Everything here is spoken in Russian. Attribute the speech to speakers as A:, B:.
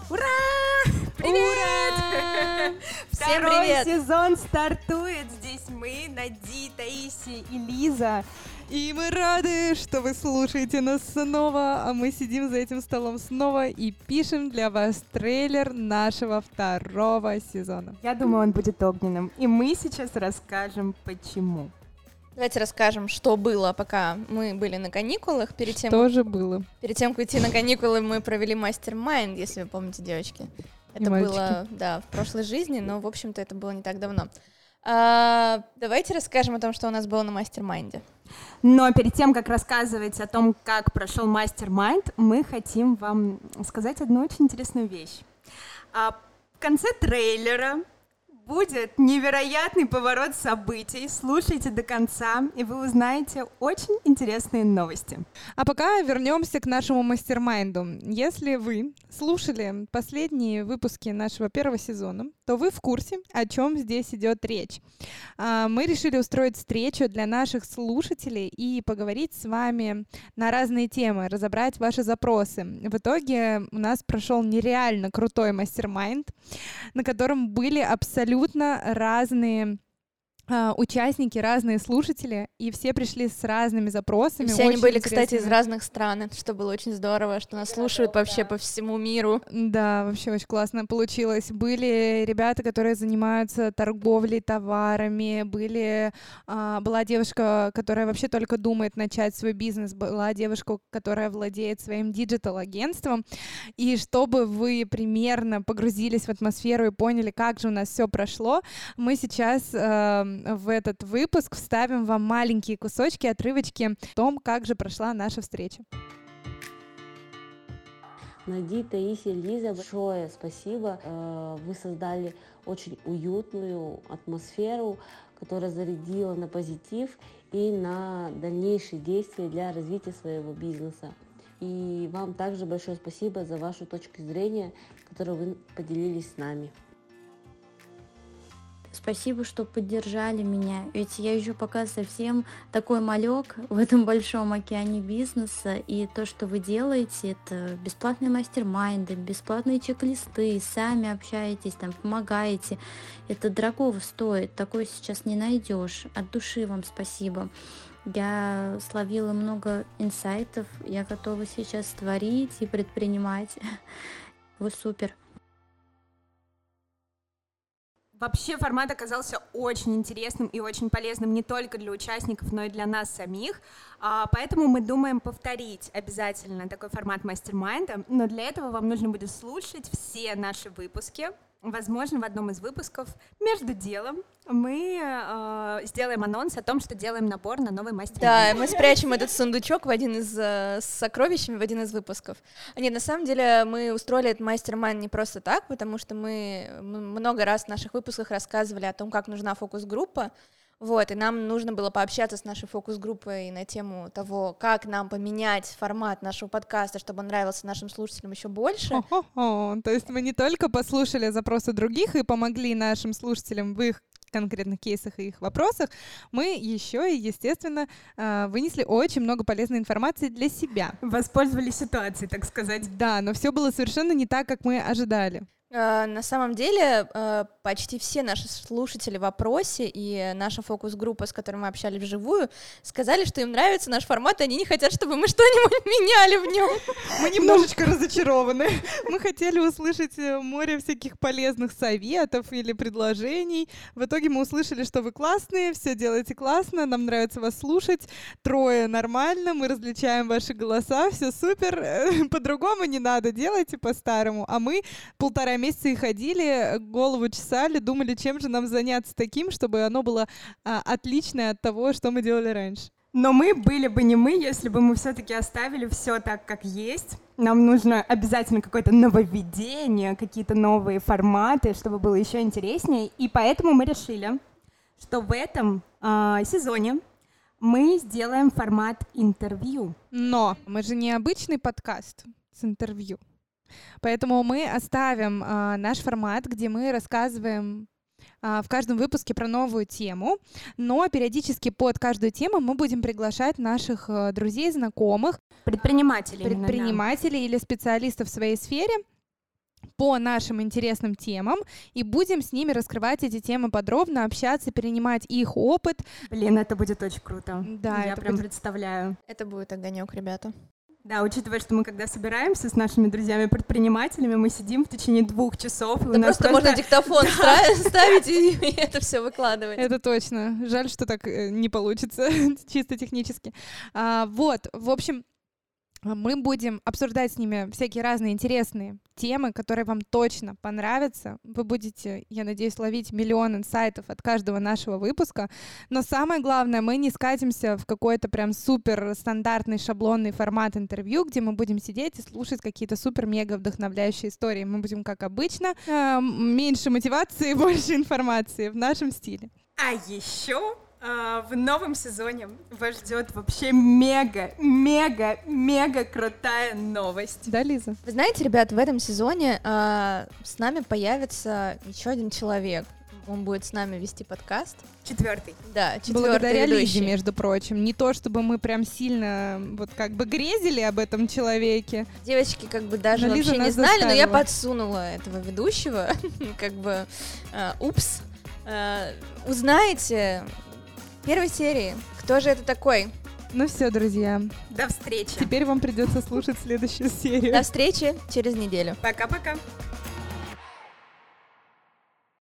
A: Ура! Привет!
B: Ура!
A: Всем
B: Второй
A: привет!
B: сезон стартует. Здесь мы, Нади, Таисия и Лиза.
C: И мы рады, что вы слушаете нас снова, а мы сидим за этим столом снова и пишем для вас трейлер нашего второго сезона.
B: Я думаю, он будет огненным. И мы сейчас расскажем, почему.
A: Давайте расскажем, что было, пока мы были на каникулах. Перед тем,
C: Что же было?
A: Перед тем, как идти на каникулы, мы провели мастер-майнд, если вы помните, девочки. Это было, да, в прошлой жизни, но, в общем-то, это было не так давно. Давайте расскажем о том, что у нас было на мастер-майнде.
B: Но перед тем, как рассказывать о том, как прошел мастер-майнд, мы хотим вам сказать одну очень интересную вещь. В конце трейлера будет невероятный поворот событий. Слушайте до конца, и вы узнаете очень интересные новости.
C: А пока вернемся к нашему мастер-майнду. Если вы слушали последние выпуски нашего первого сезона, то вы в курсе, о чем здесь идет речь. Мы решили устроить встречу для наших слушателей и поговорить с вами на разные темы, разобрать ваши запросы. В итоге у нас прошел нереально крутой мастер-майнд, на котором были абсолютно разные участники, разные слушатели, и все пришли с разными запросами.
A: И все они были, кстати, из разных стран, что было очень здорово, что нас слушают вообще по всему миру.
C: Да, вообще очень классно получилось. Были ребята, которые занимаются торговлей товарами, была девушка, которая вообще только думает начать свой бизнес, была девушка, которая владеет своим диджитал-агентством, и чтобы вы примерно погрузились в атмосферу и поняли, как же у нас все прошло, мы сейчас в этот выпуск вставим вам маленькие кусочки, отрывочки о том, как же прошла наша встреча.
D: Нади, Таисия, Лиза, большое спасибо. Вы создали очень уютную атмосферу, которая зарядила на позитив и на дальнейшие действия для развития своего бизнеса. И вам также большое спасибо за вашу точку зрения, которую вы поделились с нами.
E: Спасибо, что поддержали меня, ведь я еще пока совсем такой малек в этом большом океане бизнеса, и то, что вы делаете, это бесплатные мастер-майнды, бесплатные чек-листы, сами общаетесь, там, помогаете, это дорогого стоит, такое сейчас не найдешь, от души вам спасибо. Я словила много инсайтов, я готова сейчас творить и предпринимать, вы супер.
B: Вообще формат оказался очень интересным и очень полезным не только для участников, но и для нас самих, поэтому мы думаем повторить обязательно такой формат мастер-майнда, но для этого вам нужно будет слушать все наши выпуски. Возможно, в одном из выпусков между делом мы сделаем анонс о том, что делаем набор на новый мастер-майнд.
A: Да, мы спрячем этот сундучок в один из с сокровищами в один из выпусков. Нет, на самом деле мы устроили этот мастер-майнд не просто так, потому что мы много раз в наших выпусках рассказывали о том, как нужна фокус-группа. Вот, и нам нужно было пообщаться с нашей фокус-группой на тему того, как нам поменять формат нашего подкаста, чтобы он нравился нашим слушателям еще больше.
C: То есть мы не только послушали запросы других и помогли нашим слушателям в их конкретных кейсах и их вопросах, мы еще и, естественно, вынесли очень много полезной информации для себя.
B: Воспользовались ситуацией, так сказать.
C: Да, но все было совершенно не так, как мы ожидали.
A: На самом деле, почти все наши слушатели в опросе и наша фокус-группа, с которой мы общались вживую, сказали, что им нравится наш формат, и они не хотят, чтобы мы что-нибудь меняли в нем.
C: Мы немножечко разочарованы. Мы хотели услышать море всяких полезных советов или предложений. В итоге мы услышали, что вы классные, все делаете классно, нам нравится вас слушать, трое нормально, мы различаем ваши голоса, все супер, по-другому не надо, делайте по-старому. А мы 1,5 месяца и ходили, голову чесали, думали, чем же нам заняться таким, чтобы оно было отличное от того, что мы делали раньше.
B: Но мы были бы не мы, если бы мы все-таки оставили все так, как есть. Нам нужно обязательно какое-то нововведение, какие-то новые форматы, чтобы было еще интереснее. И поэтому мы решили, что в этом сезоне мы сделаем формат интервью.
C: Но мы же не обычный подкаст с интервью. Поэтому мы оставим наш формат, где мы рассказываем в каждом выпуске про новую тему, но периодически под каждую тему мы будем приглашать наших друзей, знакомых,
B: предпринимателей
C: или специалистов в своей сфере, по нашим интересным темам, и будем с ними раскрывать эти темы подробно, общаться, перенимать их опыт.
B: Блин, это будет очень круто.
C: Да,
B: я
C: это
B: прям
C: будет...
B: представляю.
A: Это будет огонек, ребята.
B: Да, учитывая, что мы когда собираемся с нашими друзьями-предпринимателями, мы сидим в течение 2 часов.
A: Да, просто можно диктофон ставить и это все выкладывать.
C: Это точно. Жаль, что так не получится, чисто технически. Вот, в общем, мы будем обсуждать с ними всякие разные интересные темы, которые вам точно понравятся. Вы будете, я надеюсь, ловить миллион инсайтов от каждого нашего выпуска. Но самое главное, мы не скатимся в какой-то прям супер стандартный шаблонный формат интервью, где мы будем сидеть и слушать какие-то супер-мега вдохновляющие истории. Мы будем, как обычно, меньше мотивации, больше информации в нашем стиле.
B: А еще... в новом сезоне вас ждет вообще мега крутая новость.
C: Да, Лиза?
A: Вы знаете, ребят, в этом сезоне с нами появится еще один человек. Он будет с нами вести подкаст.
B: 4-й.
A: Да, 4-й
C: Благодаря
A: ведущий.
C: Лизе, между прочим. Не то, чтобы мы прям сильно вот как бы грезили об этом человеке.
A: Девочки как бы даже
C: Но Лиза
A: вообще не
C: нас
A: знали, но я
C: заставила.
A: подсунула этого ведущего. Как бы, упс. Узнаете в первой серии, кто же это такой.
C: Ну все, друзья.
B: До встречи.
C: Теперь вам придется слушать следующую серию.
A: До встречи через неделю.
B: Пока-пока.